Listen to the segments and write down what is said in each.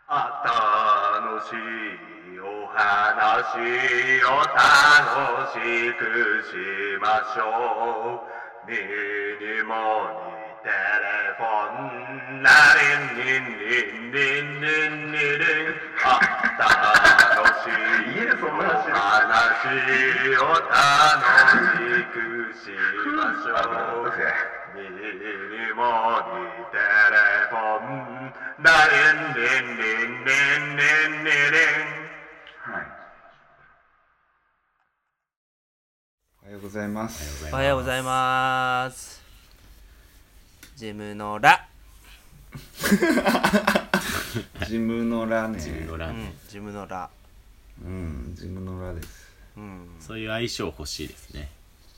楽しいお話を楽しくしましょう。ミニモニテレフォンラリンリンリンリンリンリンリン。楽しいお話を楽しくしましょう。ミニモニテレフォンラリンリンリンリンリンリンリン。はい。 おはようございます。 おはようございます。ジムのラ。 ジムのラね。 ジムのラね。ジムのラ。 ジムのラです。 そういう相性欲しいですね。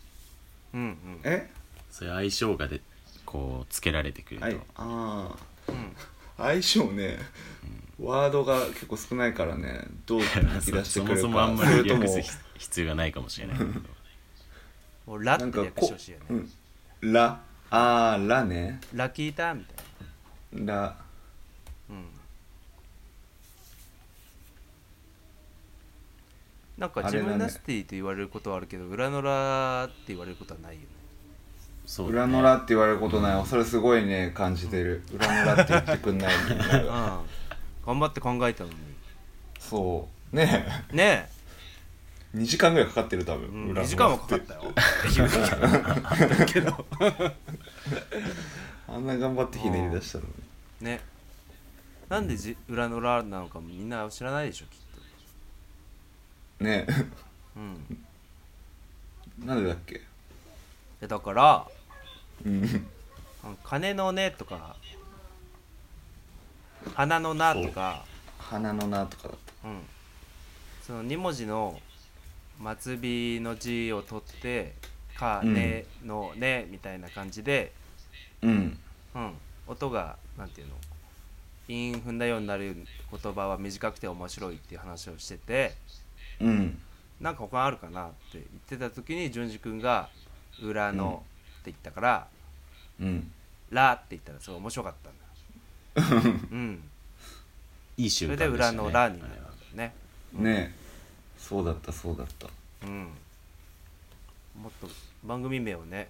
そういう相性がこうつけられてくると。 相性ね、ワードが結構少ないからね、どう抜き出してくるか。 そもそもあんまり略す必要がないかもしれないけど。 もうラって略してほしいよね。 ラ、ラね。 ラ聞いたみたいな。ラ。 なんかジムナスティって言われることはあるけど、裏のラって言われることはないよね。 そうね、裏のラって言われることない。それすごいね感じてる。裏のラって言ってくんないみんなが。 頑張って考えたのに。 そうねえ。 ねえ。2時間ぐらいかかってる多分。 2時間はかかったよ。けどあんな頑張ってひねり出したのに。 ね。なんで裏のラなのかもみんな知らないでしょきっと。 ねえ。なんでだっけ。 だから金のねとか花のなとか花のなとかだった。 その2文字の末尾の字を取ってかねのねみたいな感じで音がなんていうの韻踏んだようになる言葉は短くて面白いっていう話をしててなんか他あるかなって言ってた時に淳二君が裏のって言ったからラって言ったらすごい面白かったんだ。 いい瞬間でしたね。 それで裏のラになるんだよね。 ねえ、そうだったそうだった。 もっと番組名をね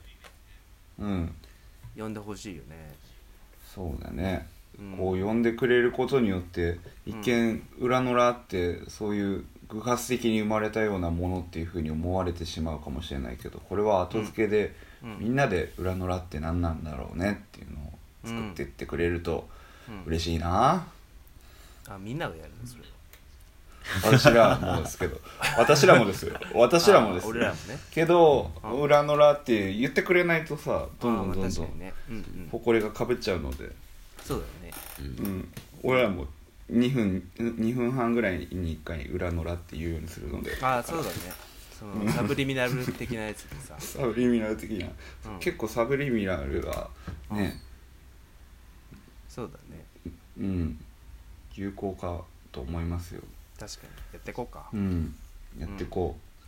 呼んでほしいよね。 そうだね。こう呼んでくれることによって一見裏のラってそういう偶発的に生まれたようなものっていう風に思われてしまうかもしれないけど、これは後付けでみんなで裏のラって何なんだろうねっていうのを作っていってくれると嬉しいな。 みんながやるのそれは。 私らもですけど、私らもですよ。私らもですよ。 俺らもね。 けど裏のラって言ってくれないとさ、どんどん誇りがかぶっちゃうので。 そうだよね。 俺らも2分半ぐらいに1回裏のラって言うようにするので。 そうだね。そのサブリミナル的なやつでさ。 サブリミナル的な、結構サブリミナルがね、 そうだね。 有効かと思いますよ。 確かにやっていこうか。 やっていこう。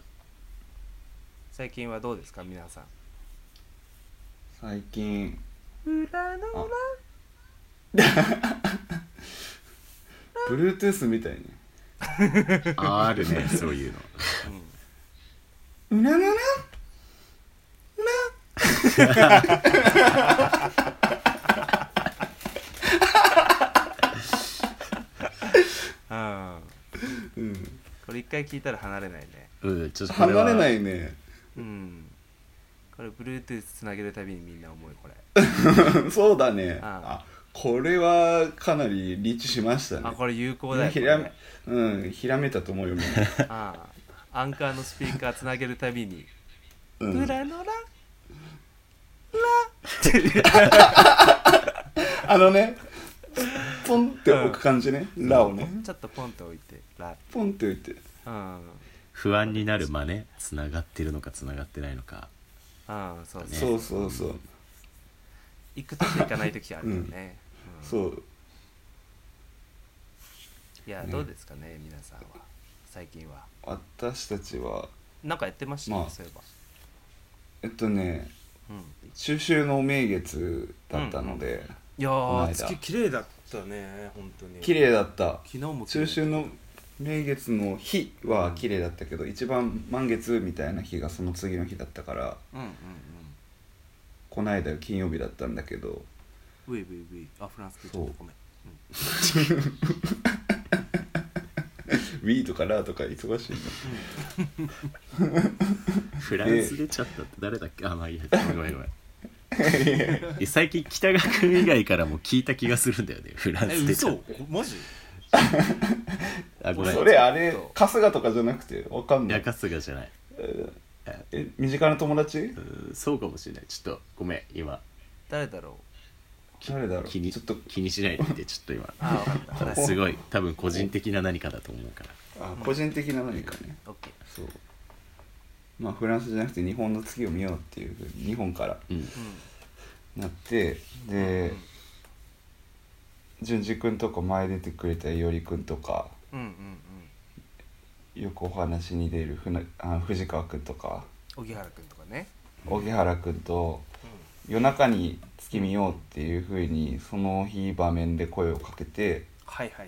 最近はどうですか皆さん。 最近裏のラBluetooth みたいね。 あるねそういうの。裏のラこれ一回聞いたら離れないね。ちょっと離れないね。 これ Bluetooth つなげるたびにみんな思うよこれ。 そうだね。これはかなりリーチしましたね。 これ有効だよ。 ひらめいたと思うよみんな。 アンカーのスピーカーつなげるたびに裏のラねポンって置く感じね。ラをねちょっとポンと置いてラポンって置いて不安になる間ね。つながってるのかつながってないのか。 そう行くとき行かないときあるよね。 そう。 いやどうですかね皆さんは最近は。 私たちはなんかやってましたねそういえば。 中秋の名月だったので、 いやー月綺麗だったね本当に。 綺麗だった。 昨日も中秋の名月の日は綺麗だったけど、一番満月みたいな日がその次の日だったから、 うんうんうん、 この間金曜日だったんだけど、 ウィウィウィ、あフランスでちょっとごめん、 ウィーとかラーとか忙しいな。フランス出ちゃったって誰だっけ。あ、まあいいや、ごめんごめん。最近北川君以外からも聞いた気がするんだよね、フランス出ちゃった。 嘘マジ。 あ、ごめん。それあれ春日とかじゃなくてわかんない。 いや春日じゃない。 身近な友達？ そうかもしれない。ちょっとごめん今。 誰だろう。 誰だろう。 ちょっと気にしないでってちょっと今。 あ、分かった。 すごい多分個人的な何かだと思うから。 あ、個人的な何かね。 オッケー。 そう。まあフランスじゃなくて日本の月を見ようっていう風に日本からなって、で、淳二君とか前出てくれたいおり君とか、よくお話に出る藤川君とか荻原君とかね、 荻原君と夜中に月見ようっていう風にその日場面で声をかけて、 はいはいはいはい、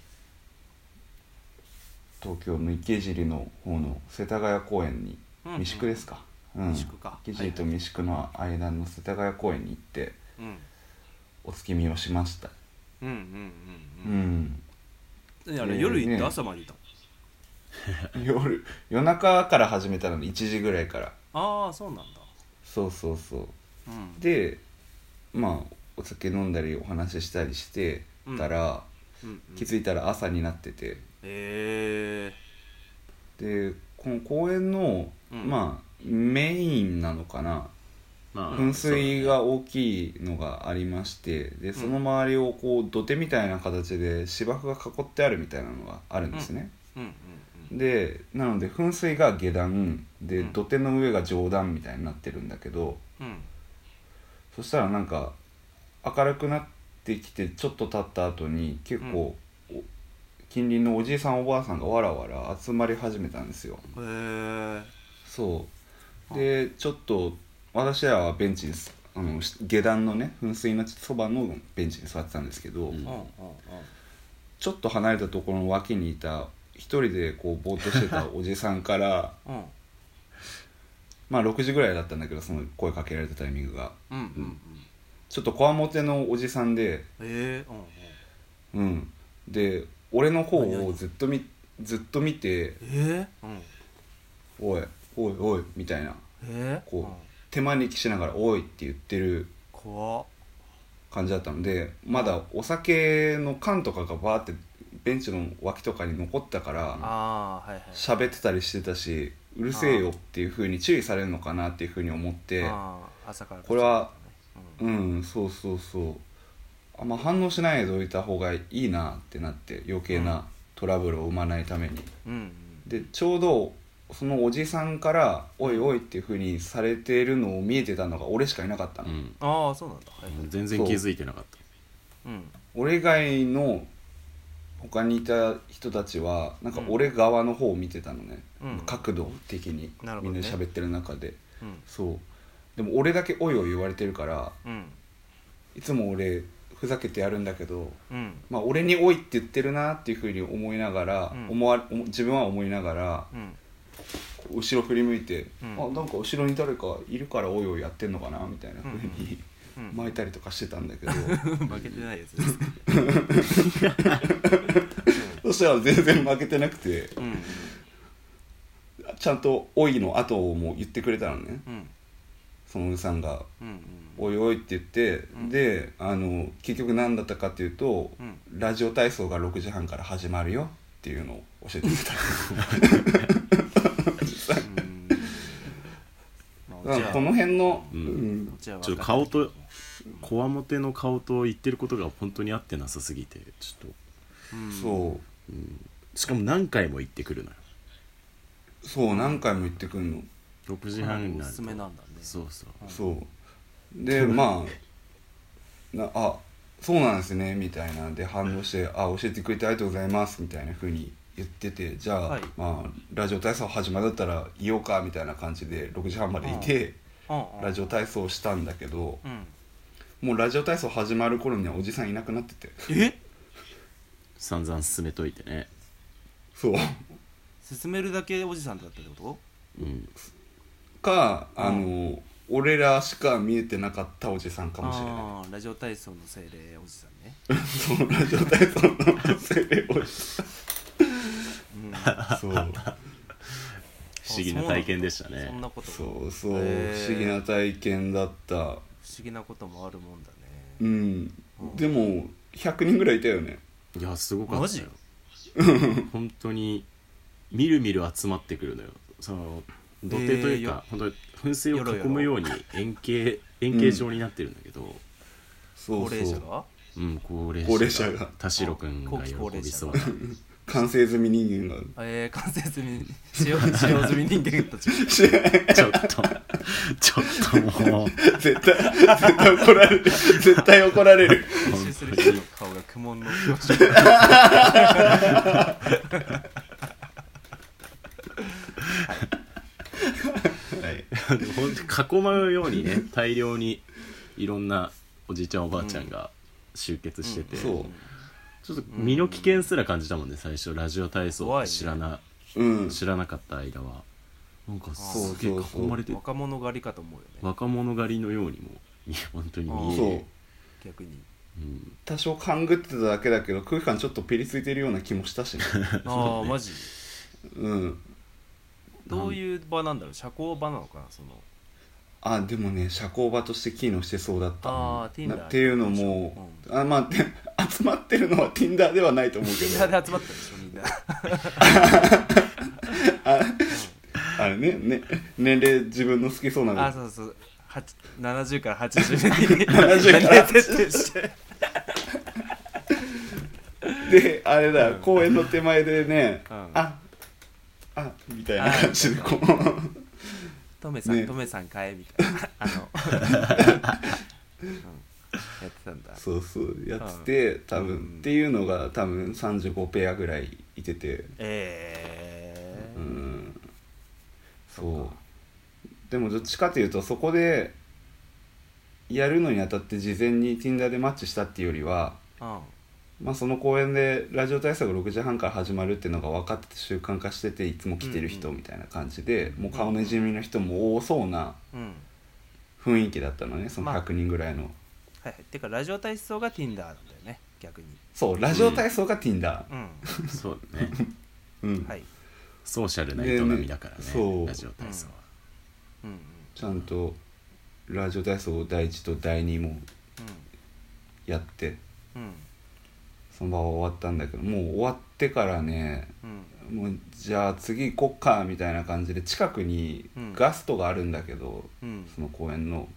東京の池尻の方の世田谷公園に、三宿ですか、 三宿か、 池尻と三宿の間の世田谷公園に行って、お月見をしました。 あれ夜行って朝までいた。 夜中から始めたので1時ぐらいから。 ああそうなんだ。 そうそうそう、でまあお酒飲んだりお話ししたりしてたら、気づいたら朝になってて、でこの公園の、まあメインなのかな、噴水が大きいのがありまして、でその周りをこう土手みたいな形で芝生が囲ってあるみたいなのがあるんですね。でなので噴水が下段で、土手の上が上段みたいになってるんだけど、そしたらなんか明るくなってきてちょっと経った後に結構、近隣のおじいさんおばあさんがわらわら集まり始めたんですよ。そうでちょっと私らはベンチに下段のね噴水のそばのベンチに座ってたんですけど、ちょっと離れたところの脇にいた一人でこうぼーっとしてたおじさんから、まあ6時ぐらいだったんだけど、その声かけられたタイミングが、ちょっとこわもてのおじさんで、で俺の方をずっと見て、おいおいおいみたいな、こう手招きしながらおいって言ってる感じだったので、まだお酒の缶とかがバーってベンチの脇とかに残ったから喋ってたりしてたし、うるせえよっていう風に注意されるのかなっていう風に思って、これはそうそうそう、あんま反応しないでおいた方がいいなってなって、余計なトラブルを生まないために、でちょうどそのおじさんからおいおいっていう風にされているのを見えてたのが俺しかいなかったの。 ああそうなんだ、 全然気づいてなかった。 俺以外の他にいた人たちはなんか俺側の方を見てたのね、角度的にみんな喋ってる中で、そうでも俺だけおいおい言われてるから、いつも俺ふざけてやるんだけど、まあ俺においって言ってるなっていうふうに思いながら、自分は思いながら、後ろ振り向いて、あなんか後ろに誰かいるからおいおいやってんのかなみたいなふうに巻いたりとかしてたんだけど、 負けてないやつですか。 そしたら全然負けてなくて、ちゃんとおいの後をもう言ってくれたのね、そのおじさんが、おいおいって言って、で結局何だったかっていうと、ラジオ体操が6時半から始まるよっていうのを教えてくれた。この辺の、 ちょっと顔とこわもての顔と言ってることが本当に合ってなさすぎてちょっと、 そう、 しかも何回も言ってくるのよ。 そう何回も言ってくるの。 6時半になるとおすすめなんだね。 そうそうそうでまあそうなんですねみたいなで反応して、教えてくれてありがとうございますみたいな風に言ってて、じゃあ、まあラジオ体操始まったらいようかみたいな感じで6時半までいて、ラジオ体操したんだけど、 もうラジオ体操始まる頃にはおじさんいなくなってて、 散々進めといてね。 そう進めるだけおじさんだったってこと？ か俺らしか見えてなかったおじさんかもしれない。 あラジオ体操の精霊おじさんねそうラジオ体操の精霊おじさんそう不思議な体験でしたね。 そんなことそうそう、不思議な体験だった。 不思議なこともあるもんだね。 でも100人ぐらいいたよね。 いやすごかったよ。 マジ本当にみるみる集まってくるのよ。その土手というか、本当に噴水を囲むように円形状になってるんだけど、 高齢者が高齢者が田代くんが喜びそうな完成済み人間が完成済み使用済み人間たちちょっともう絶対怒られる絶対怒られる。 練習する人の顔が苦悶の表情本当に囲むようにね大量にいろんなおじいちゃんおばあちゃんが集結してて、 そうちょっと身の危険すら感じたもんね最初ラジオ体操って知らなかった間はなんかすげえ囲まれて若者狩りかと思うよね。 若者狩りのようにも本当に見える。 逆に、 多少勘ぐってただけだけど空気感ちょっとピリついてるような気もしたしねああマジどういう場なんだろう、社交場なのかな。そのでもね社交場として機能してそうだった。 Tinder っていうのも、まあ集まってるのは Tinder ではないと思うけど Tinder で集まったでしょみんなあれね年齢自分の好きそうなそう70から80に 70から設定してであれだ、公園の手前でね、みたいな感じでこうトメさん、トメさん買えみたいなやってたんだ。 そうやってて多分、っていうのが多分35ペアぐらいいててそうでもどっちかというとそこでやるのにあたって事前に Tinder でマッチしたっていうよりはその公園でラジオ体操が6時半から始まるっていうのが分かってて習慣化してていつも来てる人みたいな感じで、もう顔なじみの人も多そうな雰囲気だったのね、その100人ぐらいの。 てかラジオ体操が Tinder なんだよね逆に。 そうラジオ体操が Tinder、 そうだねはいソーシャルな営みだからね、ラジオ体操は、 ちゃんとラジオ体操第1と第2もやって、その場は終わったんだけど、もう終わってからね、もうじゃあ次行こっかみたいな感じで近くにガストがあるんだけど、その公園の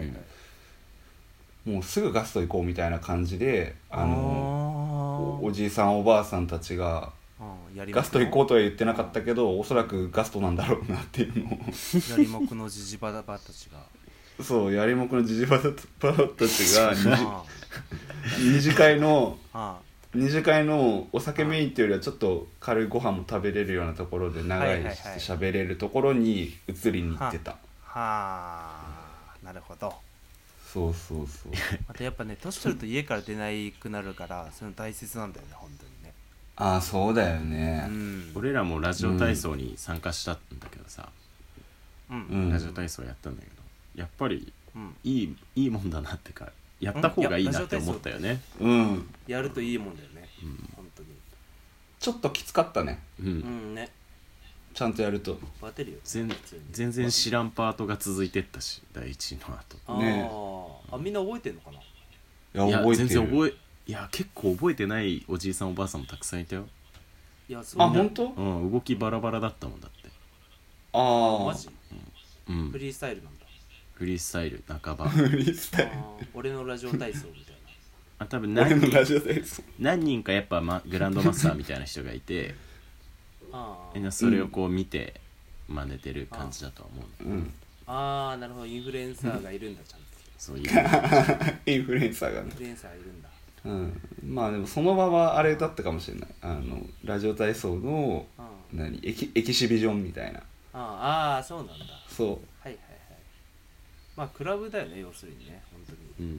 もうすぐガスト行こうみたいな感じでおじいさんおばあさんたちがガスト行こうとは言ってなかったけど、おそらくガストなんだろうなっていうのをやりもくのジジババたちがそうやりもくのジジババたちが二次会のお酒メインっていうよりはちょっと軽いご飯も食べれるようなところで長いして喋れるところに移りに行ってた。 なるほど。 そうあとやっぱね年取ると家から出ないくなるからそれ大切なんだよね本当にね。 そうだよね、 俺らもラジオ体操に参加したんだけどさ、ラジオ体操やったんだけどやっぱりいいもんだなってかやった方がいいなって思ったよね。 やるといいもんだよね、本当に。 ちょっときつかったね。 ね。 ちゃんとやるとバテるよ。 全然知らんパートが続いてったし第一の後ね。みんな覚えてんのかな。 いや覚えてる。 全然結構覚えてないおじいさんおばあさんもたくさんいたよ。 本当？ 動きバラバラだったもんだって。 マジ？フリースタイルなんだ。 フリースタイル半ば。 フリースタイル。 俺のラジオ体操みたいな。 多分何人かやっぱグランドマスターみたいな人がいてそれをこう見て真似てる感じだとは思う。 なるほど。インフルエンサーがいるんだちゃんと。 そういうインフルエンサーがね。 インフルエンサーがいるんだ。 まあでもその場はあれだったかもしれない。ラジオ体操のエキシビジョンみたいな。 そうなんだ。 そう。 まあクラブだよね要するにね本当に。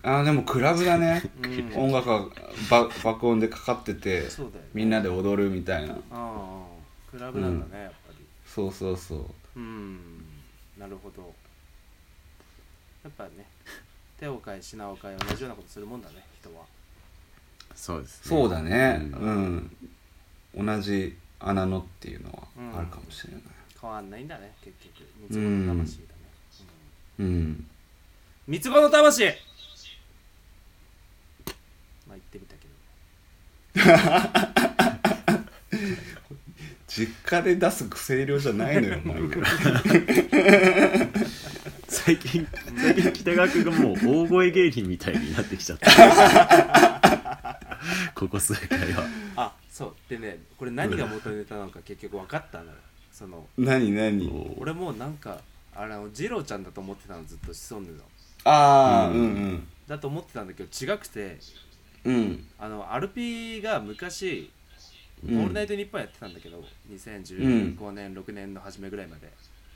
でもクラブだね、 うん、 音楽が爆音でかかってて、 そうだよね、 みんなで踊るみたいな。 クラブなんだね、やっぱり。 そうそうそう。 なるほど。やっぱね、手を変え品を変え同じようなことするもんだね、人は。 そうですね。 そうだね、同じ穴のっていうのはあるかもしれない。 変わんないんだね、結局。三つ子の魂だね。三つ子の魂。まあ言ってみたけど。 実家で出す声量じゃないのよ、マイク。 最近北川君がもう大声芸人みたいになってきちゃったここ数回は。 そうでね、これ何が元ネタなのか結局分かったのよ。その何俺もなんかジローちゃんだと思ってたの、ずっとシソンヌの。だと思ってたんだけど違くて、アルピーが昔オールナイトニッポンやってたんだけど、2015年、6年の初めぐらいまで。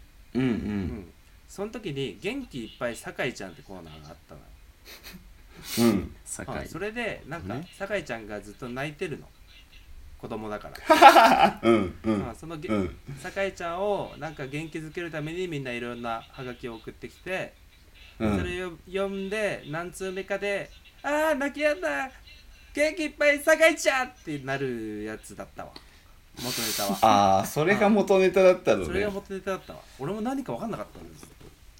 その時に元気いっぱい酒井ちゃんってコーナーがあったのよ。それでなんか酒井ちゃんがずっと泣いてるの、子供だからその酒井ちゃんをなんか元気づけるためにみんないろんなハガキを送ってきて、それを読んで何通目かで泣きやんだ元気いっぱい酒井ちゃんってなるやつだったわ、元ネタは。 それが元ネタだったのね。 それが元ネタだったわ。俺も何か分かんなかったんです。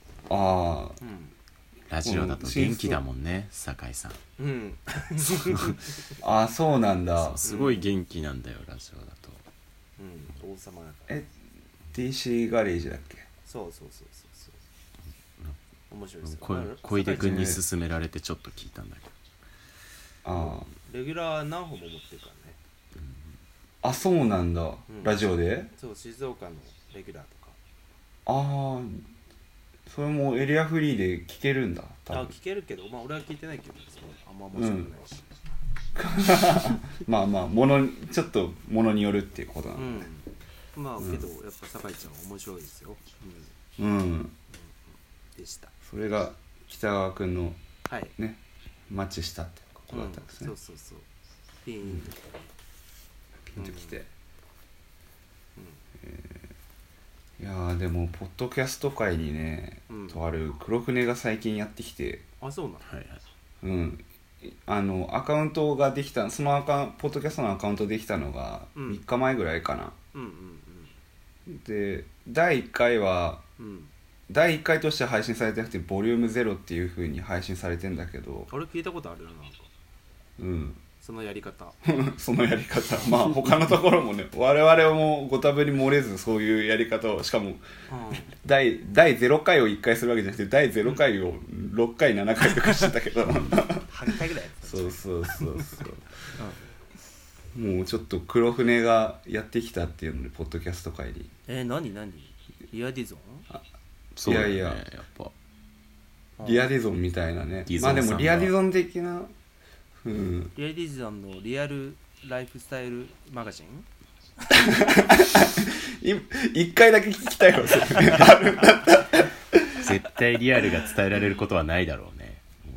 ラジオだと元気だもんね、酒井さん。 そうなんだ。 すごい元気なんだよ、ラジオだと。 王様だから。 DC ガレージだっけ。 そう面白いですよ。 小出君に勧められてちょっと聞いたんだけど。 レギュラー何本も持ってるからね。 そうなんだ、ラジオで。 そう、静岡のレギュラーとか。 それもエリアフリーで聞けるんだ。 聞けるけど、俺は聞いてないけど、あんま面白くないし。 まあちょっとものによるっていうことなので。 けどやっぱ酒井ちゃんは面白いですよ。でした。 それが北川君のね、マッチしたってことだったんですね。 そうピーンときて。いやでもポッドキャスト界にね、とある黒船が最近やってきて。 そうなの。アカウントができた、そのポッドキャストのアカウントできたのが3日前ぐらいかな。で第1回は、第1回として配信されてなくてボリューム0っていう風に配信されてんだけど、 あれ聞いたことあるな、なんかそのやり方そのやり方他のところもね我々もご多分に漏れずそういうやり方を、しかも、第0回を1回するわけじゃなくて第0回を6回7回とかしてたけど 8回ぐらいそうもうちょっと黒船がやってきたっていうのでポッドキャスト界に何リアディゾン？ そうだよね、やっぱリアディゾンみたいなね。でもリアディゾン的な、 リアディゾンのリアルライフスタイルマガジン 1回だけ聞きたいよ絶対リアルが伝えられることはないだろうね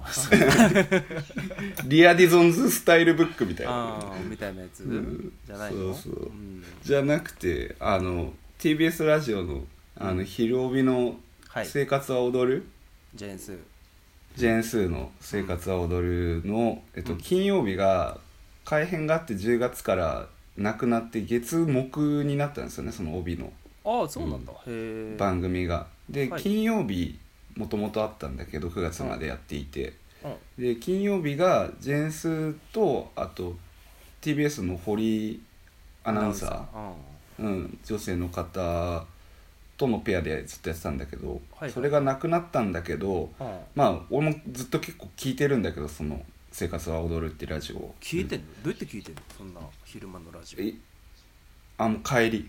リアディゾンズスタイルブックみたいなみたいなやつ、じゃないの？ じゃなくてTBS ラジオの昼帯の生活は踊る、 ジェーンスーの生活は踊るの、金曜日が改編があって10月からなくなって月木になったんですよね、その帯のそうなんだ、 番組が。で、金曜日もともとあったんだけど9月までやっていて、で金曜日がジェーンスーとあと TBS の堀アナウンサー、女性の方とのペアでずっとやってたんだけど、それがなくなったんだけど、俺もずっと結構聞いてるんだけど、その生活は踊るってラジオを聞いてんの、どうやって聞いてんの、そんな昼間のラジオ。もう帰り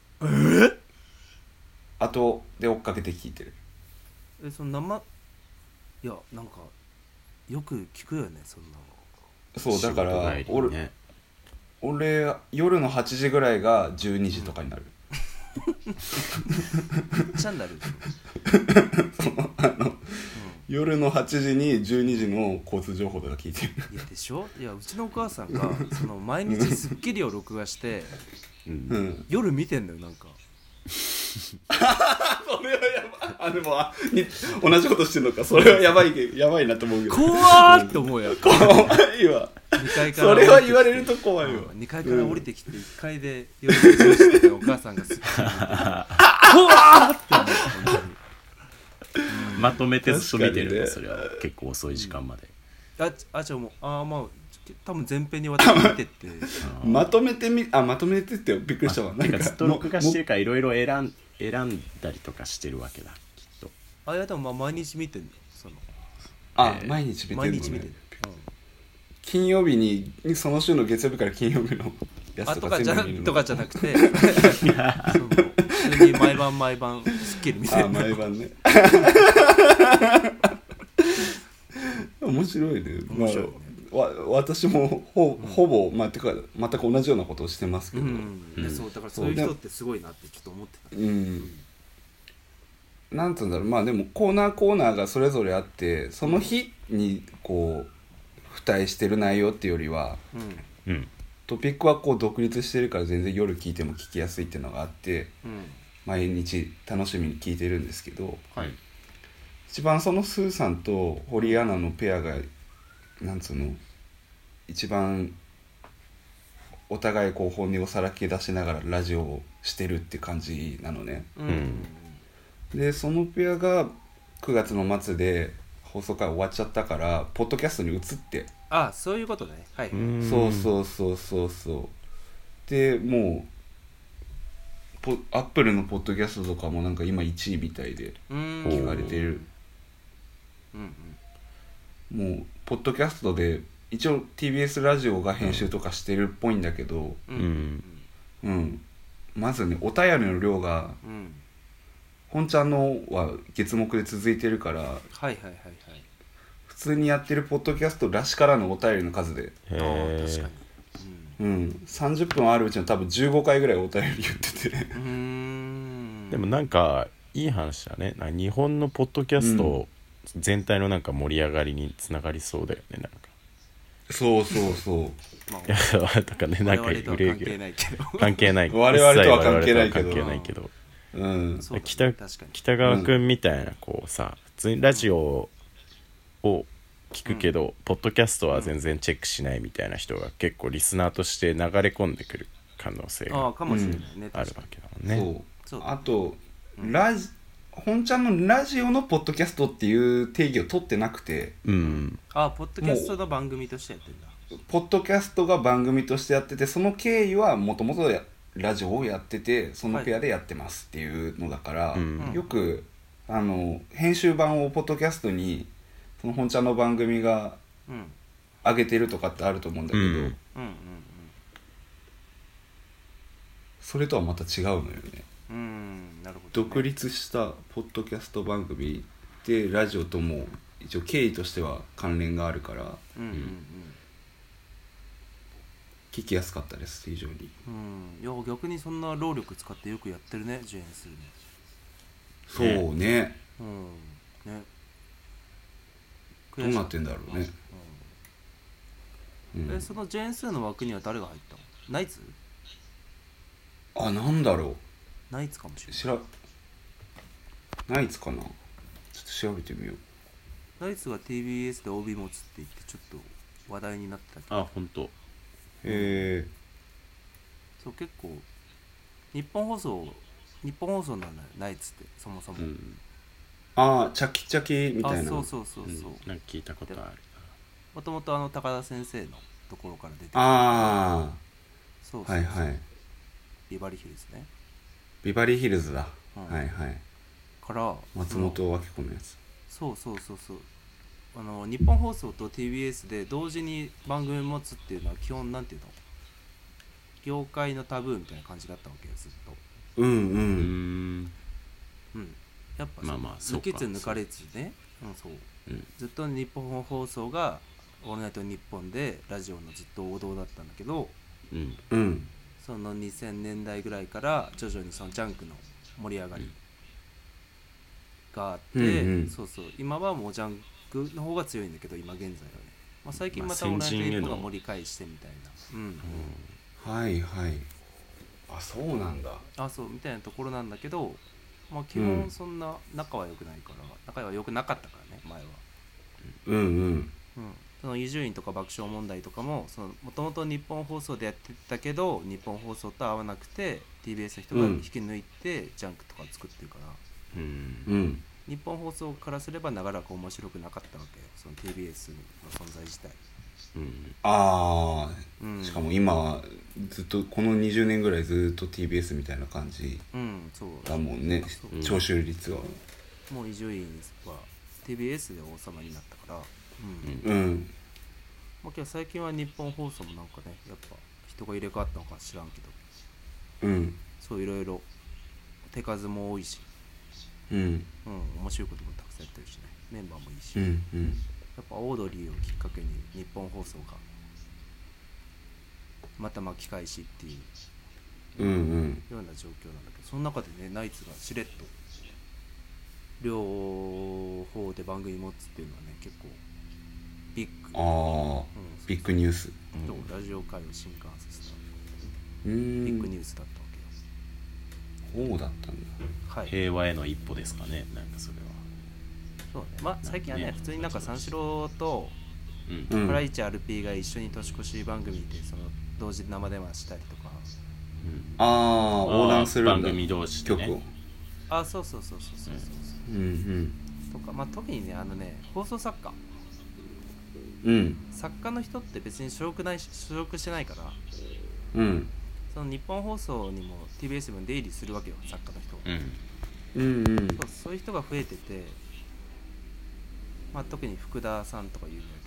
後で追っかけて聞いてる。 そのいやなんかよく聞くよね、そんなの。そうだから俺夜の8時ぐらいが12時とかになる。 めっちゃになるでしょ夜の8時に12時の交通情報とか聞いてる。 いやでしょ。いやうちのお母さんがその毎日『スッキリ』を録画して、 うん、 夜見てんのよなんか。 それはやばい。でも同じことしてるのか。それはやばいなと思うけど。 怖ーって思うやん。 怖いわ。2階からそれは言われると怖いわ。 2階から降りてきて1階で夜の10時してお母さんがスッキリ見て怖ーって思う本当に。 まとめてずっと見てるの、ね、それは結構遅い時間まで。 じゃあもうまあ多分前編にわたって見てってまとめてってびっくりしたわ。 なんかずっと録画してるからいろいろ選んだりとかしてるわけだきっと。 いやでも毎日見てんのその。 毎日見てるの、ね、 毎日見てる、 金曜日にその週の月曜日から金曜日のやつとか全部見るのとかじゃなくて普通に毎晩スッキリ見てる。 毎晩ね面白いね。面白いね。私もほぼ、てか全く同じようなことをしてますけど、 そうだからそういう人ってすごいなってちょっと思ってた。なんつうんだろう。でもコーナーがそれぞれあって、その日にこう付帯してる内容っていうよりは、トピックはこう独立してるから全然夜聞いても聞きやすいっていうのがあって、毎日楽しみに聞いてるんですけど、一番そのスーさんと堀アナのペアがなんつうの一番お互いこう本音をさらけ出しながらラジオをしてるって感じなのね、でそのペアが9月の末で放送会終わっちゃったからポッドキャストに移って、 そういうことね。 そうでもうアップルのポッドキャストとかもなんか今1位みたいで聞かれてる。もうポッドキャストで一応 TBS ラジオが編集とかしてるっぽいんだけど、まずねお便りの量が、本ちゃんのは月目で続いてるから、普通にやってるポッドキャストらしからのお便りの数で、 確かに、30分あるうちの多分15回ぐらいお便り言っててでもなんかいい話だね。日本のポッドキャスト、全体のなんか盛り上がりにつながりそうだよね。なんかそういやだからね、なんか関係ない我々とは関係ないけど、 北川くんみたいなこうさ、普通にラジオを聞くけど、ポッドキャストは全然チェックしないみたいな人が結構リスナーとして流れ込んでくる可能性があるわけだもんね。 あと本ちゃんのラジオのポッドキャストっていう定義を取ってなくて、 ポッドキャストの番組としてやってるんだ。 ポッドキャストが番組としてやってて、その経緯はもともとラジオをやってて、そのペアでやってますっていうのだから、よく編集版をポッドキャストにその本ちゃんの番組が上げてるとかってあると思うんだけど、それとはまた違うのよね。 なるほどね。 独立したポッドキャスト番組でラジオとも一応経緯としては関連があるから、聞きやすかったです非常に。 いや逆にそんな労力使ってよくやってるね、ジェーンス。 そうね。 ね。 どうなってんだろうね。 そのジェーンスの枠には誰が入ったの？ナイツ？ なんだろう。 ナイツかもしれない。 ナイツかな。ちょっと調べてみよう。 ナイツが TBS で OB 持つって言ってちょっと話題になってたけど。 本当。 そう結構日本放送なんだよナイツってそもそも。 チャキチャキみたいな。 そう、 なんか聞いたことある。 もともと高田先生のところから出てそうはいはい。 ビバリーヒルズね。 ビバリーヒルズだ。 から松本明子のやつ。 そう日本放送と TBS で同時に番組持つっていうのは基本なんていうの、業界のタブーみたいな感じだったわけよずっと。やっぱ抜きつ抜かれつね。ずっと日本放送がオールナイトニッポンでラジオのずっと王道だったんだけど、その2000年代ぐらいから徐々にそのジャンクの盛り上がりがあって、そうそう今はもうジャンクの方が強いんだけど今現在はね、まあ、最近また同じ一歩が盛り返してみたいな、はいはい、あそうなんだ、 あそうみたいなところなんだけど、まあ、基本そんな仲は良くないから、仲は良くなかったからね前は。その伊集院とか爆笑問題とかももともと日本放送でやってたけど日本放送と合わなくて TBS の人が引き抜いてジャンクとか作ってるから、日本放送からすれば長らく面白くなかったわけよその TBS の存在自体。 しかも今ずっとこの20年ぐらいずっと TBS みたいな感じだもんね、聴取率は。 もう伊集院は TBS で王様になったから、まあ、けど最近は日本放送もなんかねやっぱ人が入れ替わったのか知らんけど、そういろいろ手数も多いし、面白いこともたくさんやってるしね、メンバーもいいし、やっぱオードリーをきっかけに日本放送がまた巻き返しっていう、ような状況なんだけど、その中でねナイツがしれっと両方で番組持つっていうのはね結構ビッグ、 ビッグニュース、 ラジオ界を震撼させたビッグニュースだったわけよ。そうだったんだ、 はい、平和への一歩ですかね、なんかそれは。 そうね、まあ最近はね普通になんか三四郎とハライチ RP が一緒に年越し番組でその同時生電話したりとか、 横断する番組同士でね、 曲をそうとか、まあ特にね放送作家、作家の人って別に所属してないから、その日本放送にも TBS にも出入りするわけよ作家の人、そういう人が増えてて、まあ特に福田さんとか言うんだ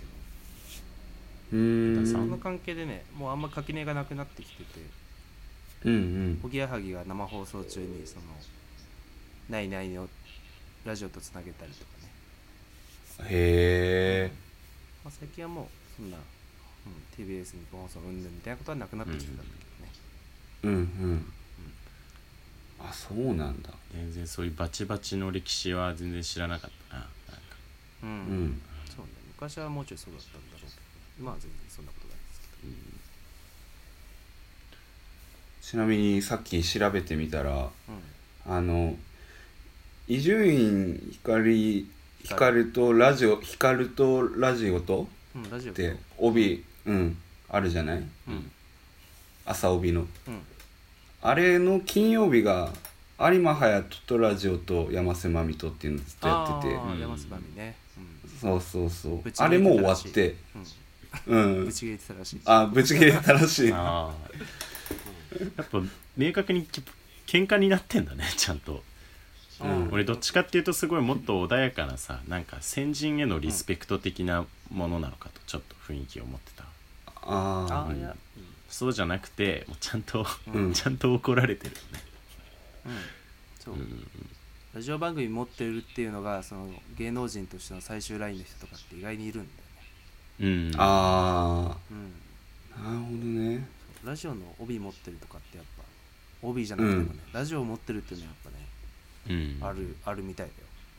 けど、その関係でねもうあんま垣根がなくなってきてて、おぎやはぎが生放送中にそのナイナイのラジオとつなげたりとかね。 へえ。 まあ、最近はもうそんな、TBS 日本放送うんぬんみたいなことはなくなってきてたんだけどね。 あ、そうなんだ。 全然そういうバチバチの歴史は全然知らなかったな。 そうね。昔はもうちょいそうだったんだろうけど、今は全然そんなことないですけど。 ちなみにさっき調べてみたら、伊集院光とラジオとって帯あるじゃない、朝帯の、あれの金曜日が有馬隼人とラジオと山瀬まみとっていうのずっとやってて、 山瀬まみね、 そうあれもう終わって、 ぶち切れてたらしい。 ぶち切れてたらしい。 やっぱ明確に喧嘩になってんだねちゃんと。俺どっちかっていうとすごいもっと穏やかなさ、なんか先人へのリスペクト的なものなのかとちょっと雰囲気を持ってた。そうじゃなくてもうちゃんと、ちゃんと怒られてるよね。 そう、ラジオ番組持ってるっていうのがその芸能人としての最終ラインの人とかって意外にいるんだよね。 なるほどね。 ラジオの帯持ってるとかってやっぱ帯じゃなくてもね、ラジオを持ってるっていうのはやっぱね、あるみたいだ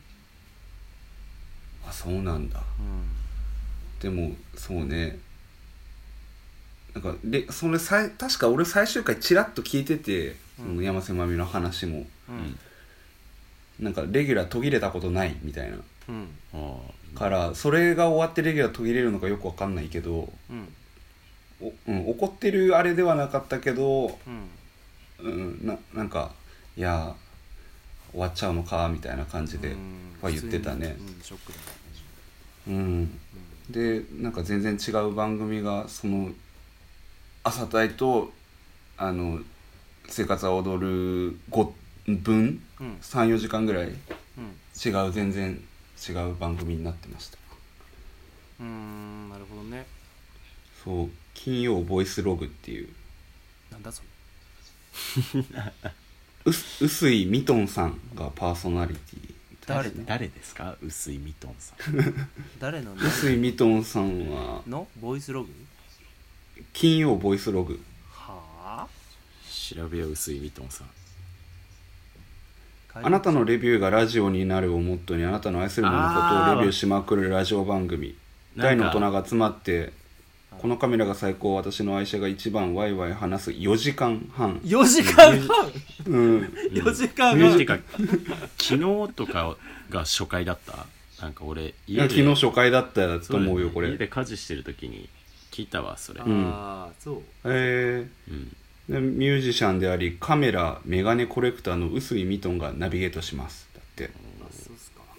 よ。 そうなんだ。でもそうね、なんかそれ確か俺最終回チラッと聞いてて、その山瀬まみの話も、なんかレギュラー途切れたことないみたいな、からそれが終わってレギュラー途切れるのかよく分かんないけど、怒ってるあれではなかったけど、なんかいや終わっちゃうのかみたいな感じでは言ってたね。 ショックだね。 でなんか全然違う番組がその朝帯と生活は踊る5分、3,4 時間ぐらい違う全然違う番組になってました。 なるほどね。 そう、金曜ボイスログっていう。 なんだそれ。 臼井ミトンさんがパーソナリティ。 誰ですか臼井ミトンさん。 誰の臼井ミトンさんはのボイスログ、 金曜ボイスログ。 はあ、 調べよう臼井ミトンさん。 あなたのレビューがラジオになるをモットーにあなたの愛するもののことをレビューしまくるラジオ番組。大の大人が集まってこのカメラが最高、私の愛車が一番ワイワイ話す4時間半。 4時間半 4 時間半てか昨日とかが初回だった。なんか俺家で昨日初回だったと思うよこれ。 家で家事してる時に聞いたわそれ。 ああそう。 でミュージシャンでありカメラメガネコレクターの臼井ミトンがナビゲートしますだって。 そうっすか。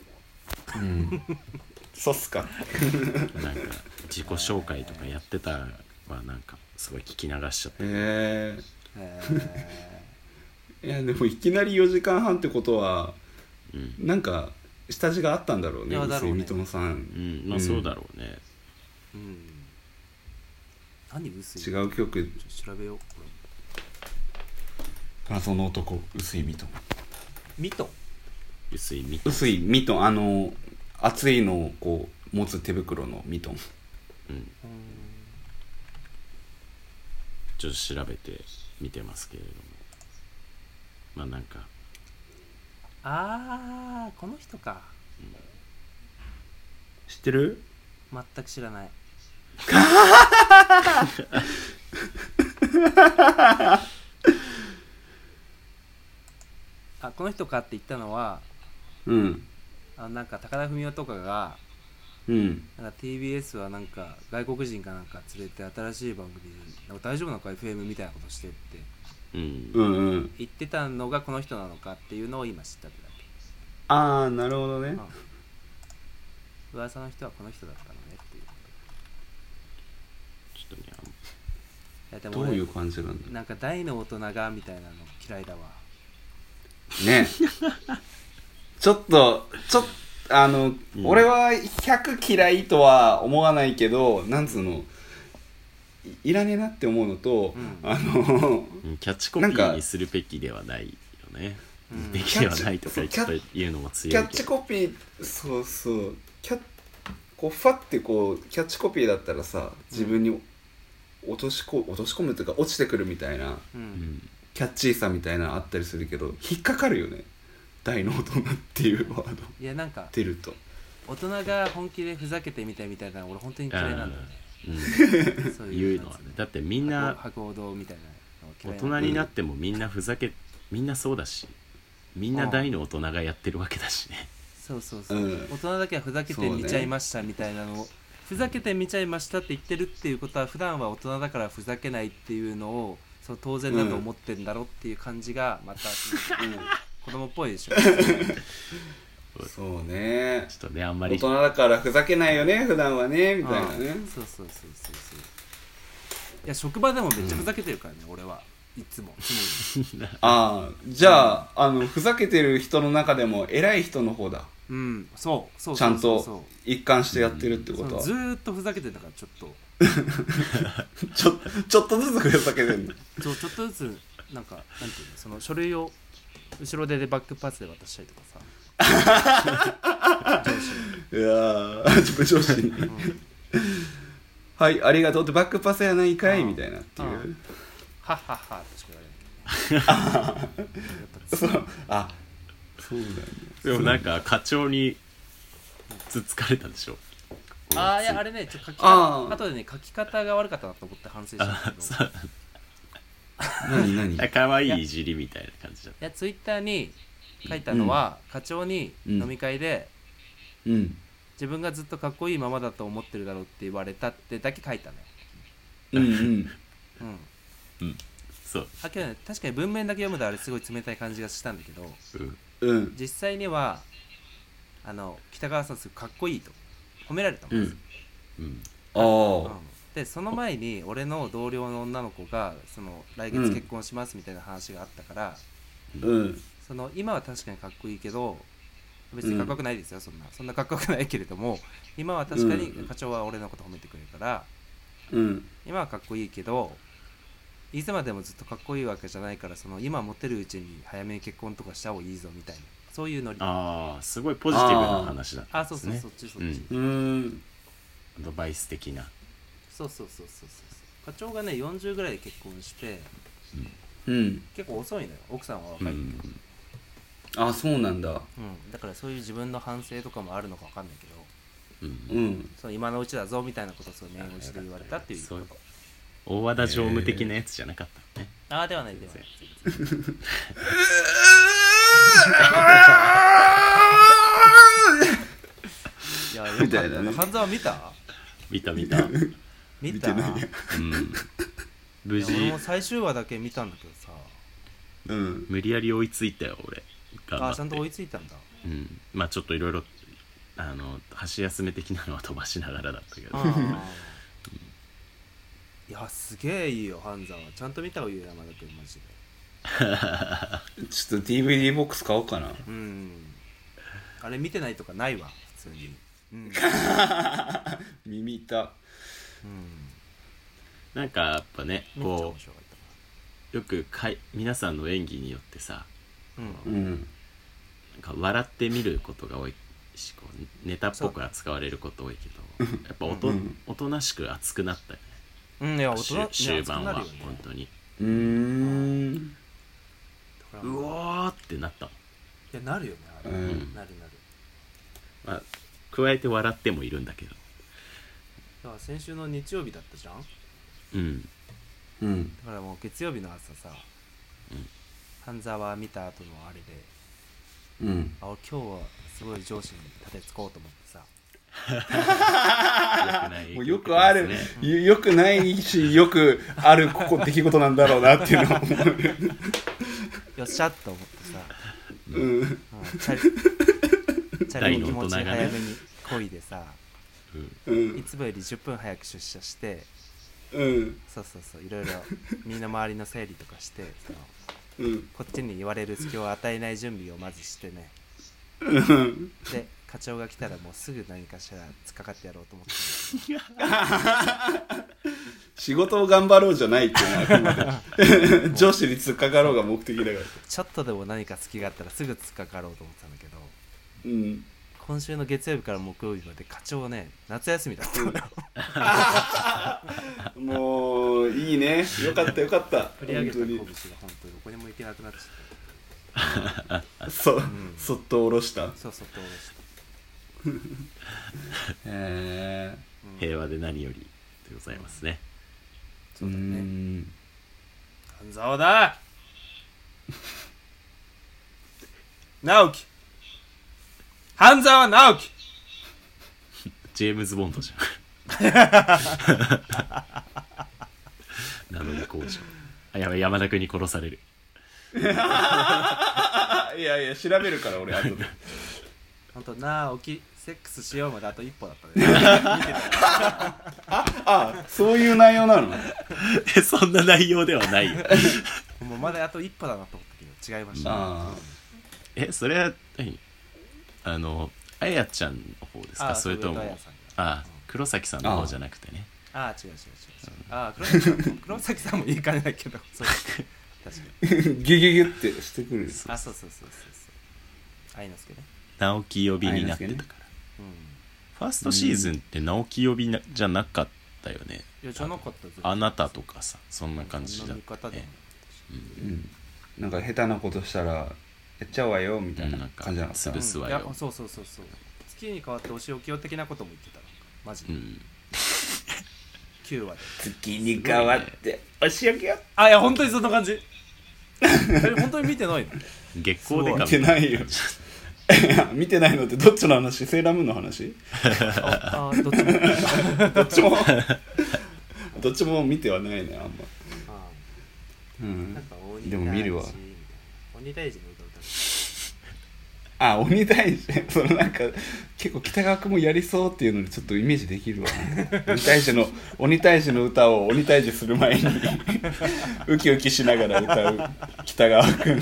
そうっすか。 なんか自己紹介とかやってたはなんかすごい聞き流しちゃった。 いやでもいきなり4時間半ってことは、なんか下地があったんだろうね臼井ミトンさん。 まあそうだろうね。 何臼井？ 違う曲調べよう。 謎の男臼井ミトン。 ミトン？ 臼井ミトン。 臼井ミトン熱いのをこう持つ手袋のミトン。 ちょっと調べて見てますけれども、まあなんかこの人か。 知ってる？ 全く知らない。この人かって言ったのは、なんか高田文夫とかが、なんか TBS はなんか外国人かなんか連れて新しい番組でなんか大丈夫なのか FM みたいなことしてって言ってたのがこの人なのかっていうのを今知ったってだけ。 ああなるほどね。 噂の人はこの人だったのねっていう。 ちょっとね、 いやでもどういう感じなんだ。 なんか大の大人がみたいなの嫌いだわ。 ねちょっと俺は100嫌いとは思わないけど、なんつうの いらねえなって思うのと、 キャッチコピーにするべきではないよね。べきではないとかちょっと言うのも強いけど、 キャッチコピーそうこうファってこうキャッチコピーだったらさ、自分に落とし込むというか落ちてくるみたいな、キャッチーさみたいなのあったりするけど引っかかるよね、大の大人っていうワード。 いやなんか出ると大人が本気でふざけてみたいみたいな俺本当に嫌いなんだよね。 そういうのはね。だってみんな博報みたいな大人になってもみんなみんなそうだし、みんな大の大人がやってるわけだしね。 そう、大人だけはふざけて見ちゃいましたみたいなのを、ふざけて見ちゃいましたって言ってるっていうことは普段は大人だからふざけないっていうのをそう当然だと思ってんだろっていう感じがまた、子供っぽいでしょ。 そうね、 ちょっとねあんまり大人だからふざけないよね普段はねみたいなね。 そういや職場でもめっちゃふざけてるからね、俺はいつもじゃあふざけてる人の中でも偉い人の方だ。 そうちゃんと一貫してやってるってことは、 ずーっとふざけてたからちょっとちょっとずつふざけてんの。 ちょっとずつなんていうの、その書類を後ろでバックパスで渡したりとかさいや上司にはいありがとうってバックパスやないかいみたいなっていう、 はっはっはとしか言われないそうだね。 でもなんか課長につつかれたでしょ。 いやあれね後でね書き方が悪かったなと思って反省したんだけど。 何かわいいいじりみたいな感じだった。 いやツイッターに書いたのは、課長に飲み会で、自分がずっとかっこいいままだと思ってるだろうって言われたってだけ書いたね。 そうけどね、確かに文面だけ読むとあれすごい冷たい感じがしたんだけど、実際には北川さんすごいかっこいいと褒められたんですよ。でその前に俺の同僚の女の子が来月結婚しますみたいな話があったから、今は確かにかっこいいけど別にかっこよくないですよ、そんなかっこよくないけれども今は確かに課長は俺のこと褒めてくれるから、今はかっこいいけどいつまでもずっとかっこいいわけじゃないから、今持ってるうちに早めに結婚とかした方がいいぞみたいな、そういうノリ。 すごいポジティブな話だったんですね。 そっちアドバイス的な。 そう課長がね40ぐらいで結婚して、結構遅いのよ。奥さんは若いけど、 あ、そうなんだ。 だからそういう自分の反省とかもあるのか分かんないけど、その今のうちだぞみたいなことを弁護士で言われたっていうこと。 大和田常務的なやつじゃなかったね。 ではないではない。いや、みたいなね。半沢見た？ 見た見た。 無事。 俺も最終話だけ見たんだけどさ。 無理やり追いついたよ俺。 ちゃんと追いついたんだ。 まあちょっといろいろ箸休め的なのは飛ばしながらだったけど。 いやすげえいいよ半沢。ちゃんと見た方がいいよ山田君マジで。ちょっと DVD ボックス買おうかな。 あれ見てないとかないわ普通に。 耳痛。 なんかやっぱねこうよく皆さんの演技によってさ、なんか笑って見ることが多いし、こうネタっぽく扱われること多いけど、やっぱおとなしく熱くなったよね。 いや終盤は本当に。うおーってなったもん。 いやなるよねあれ。なる。 まあ加えて笑ってもいるんだけど。 だから先週の日曜日だったじゃん。だからもう月曜日の朝さ、半沢見た後のあれで、俺今日はすごい上司に立てつこうと思ってさ。 もうよくある、よくないしよくある出来事なんだろうなっていうのを思う。 よっしゃと思ってさ、チャリの気持ち早めに漕いでさ、いつもより10分早く出社して、そういろいろみんな周りの整理とかしてこっちに言われる隙を与えない準備をまずしてね。で課長が来たらもうすぐ何かしら突っかかってやろうと思って仕事を頑張ろうじゃないっていうのは上司に突っかかろうが目的だから。 ちょっとでも何か隙があったらすぐ突っかかろうと思ってたんだけど、今週の月曜日から木曜日まで課長ね夏休みだったんだよ。 もういいね、よかったよかった。 振り上げた拳が本当にどこにも行けなくなっちゃった。 そっと下ろした。 そうそっと下ろした。 平和で何よりでございますね。 そうだね。半沢だ。直樹。半沢直樹。 ジェームズ・ボンドじゃん。名乗り工場。やばい、山田君に殺される。 いや調べるから俺後で。 本当直樹セックスしようまであと一歩だったね。 そういう内容なの？ そんな内容ではないよ。 もうまだあと一歩だなと思ったけど違いました。 それは何？あやちゃんの方ですか？それとも黒崎さんの方じゃなくてね。 違う。黒崎さんも言いかねないけど、そう確かに。 ギュギュギュってしてくる。 そう。愛之助ね。 直樹呼びになってたから。ファーストシーズンって直樹呼びじゃなかったよね。 いやじゃなかった。 あなたとかさ、そんな感じだったね。 なんか下手なことしたらやっちゃうわよみたいな感じなのか潰すわよ。 そう月に代わってお仕置きよ的なことも言ってたのマジで。9話で月に代わってお仕置きよ。 いや本当にそんな感じ。本当に見てないの？ 月光でか見てないよ。見てないのってどっちの話？セーラームーンの話？どっちも見てはないねあんま。でも見るわ。 鬼大臣の歌鬼大臣そのなんか結構北川君もやりそうっていうのでちょっとイメージできるわ、鬼大臣の歌を鬼退治する前にウキウキしながら歌う北川君。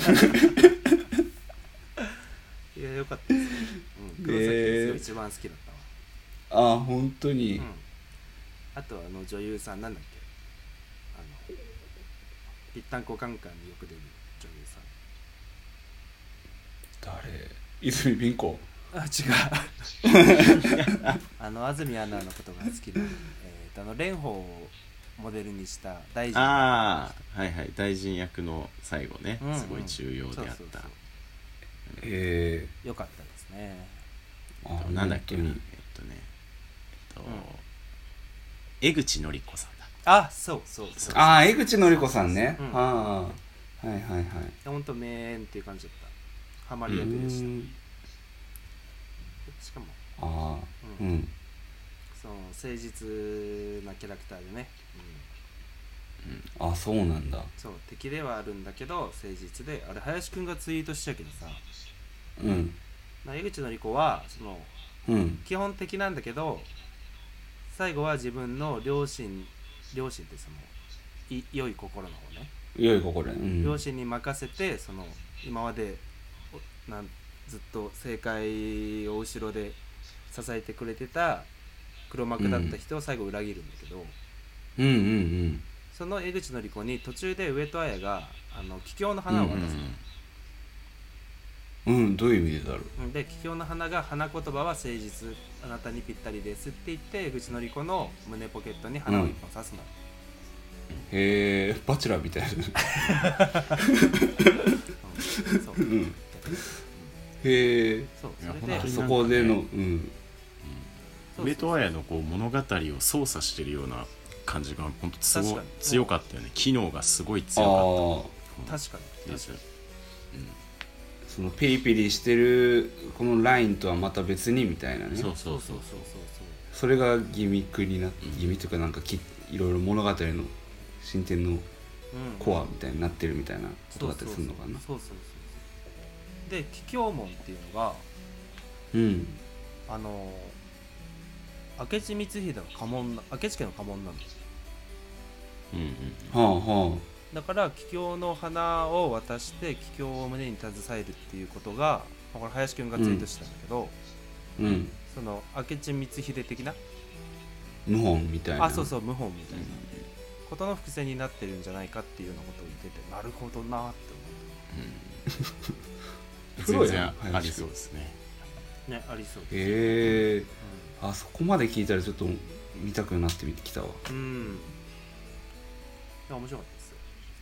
いやよかったです。黒崎が一番好きだったわ。 本当に。 あと女優さんなんだっけ、一旦交換館によく出る女優さん。 誰？泉ピン子。 違う。安住アナのことが好きな蓮舫をモデルにした大臣。 はい大臣役の最後ね、すごい重要であった。 よかったですね。 なんだっけ、江口のり子さんだ。 あ、そう。 江口のり子さんね。はいはいはい。 本当名演っていう感じだった。ハマり役でした。しかもその誠実なキャラクターでね。 そうなんだ。 そう敵ではあるんだけど誠実で、あれ林くんがツイートしちゃうけどさ、江口のり子はその、基本的なんだけど最後は自分の両親ってその良い心の方ね、 良い心、 両親に任せて、その今までずっと正解を後ろで支えてくれてた黒幕だった人を最後裏切るんだけど、その江口のり子に途中で上戸彩が桔梗の花を渡すの。どういう意味でだろう。 で桔梗の花が花言葉は誠実、あなたにぴったりですって言って江口のり子の胸ポケットに花を一本刺すの。 へえ、バチェラーみたいな。そう。へえ。そこでの上戸彩のこう物語を操作してるような感じが本当すごい強かったよね。機能がすごい強かった。 確かに。 そのピリピリしてるこのラインとはまた別にみたいなね。 そう。 それがギミックになって、ギミックというかなんかいろいろ物語の進展のコアみたいになってるみたいなことだったりするのかな。 そう。で桔梗門っていうのが、明智光秀の家紋、明智家の家紋なんです。だから桔梗の花を渡して桔梗を胸に携えるっていうことが、これ林くんがツイートしたんだけど、その明智光秀的な謀反みたいな、 そう謀反みたいなことの伏線になってるんじゃないかっていうようなことを言ってて、なるほどなって思った。全然ありそうですね。 ね、ありそうです。 そこまで聞いたらちょっと見たくなってきたわ。 面白かったですよ。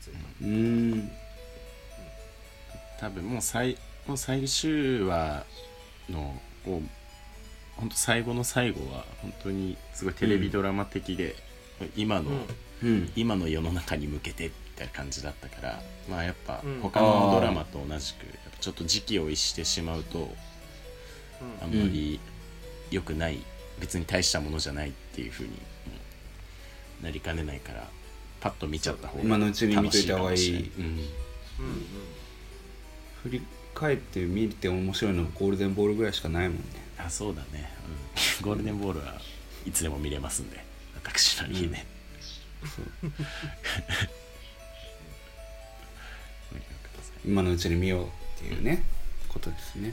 多分もう最終話の本当最後の最後は本当にすごいテレビドラマ的で、今の世の中に向けてみたいな感じだったから、まあやっぱ他のドラマと同じくやっぱちょっと時期を逸してしまうとあんまり良くない、別に大したものじゃないっていう風になりかねないから、パッと見ちゃった方が今のうちに見といた方がいい。振り返って見て面白いのはゴールデンボールぐらいしかないもんね。 そうだね、ゴールデンボールはいつでも見れますんで、私の家ね。 今のうちに見ようっていうね、ことですね。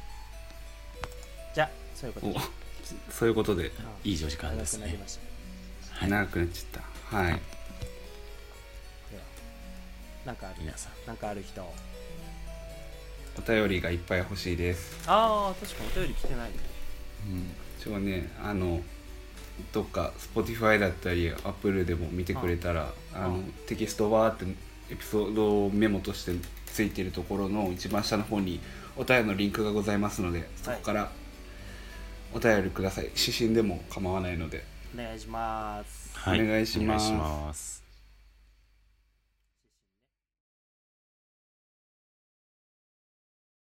じゃあそういうことでいい時間ですね。 長くなっちゃった。はい。 なんかある、 皆さんなんかある人、 お便りがいっぱい欲しいです。 確かお便り来てないね。 一応ね、どっか Spotify だったり Apple でも見てくれたら、テキストバーってエピソードメモとしてついてるところの一番下の方にお便りのリンクがございますので、そこからお便りください。指針でも構わないのでお願いします。 お願いします。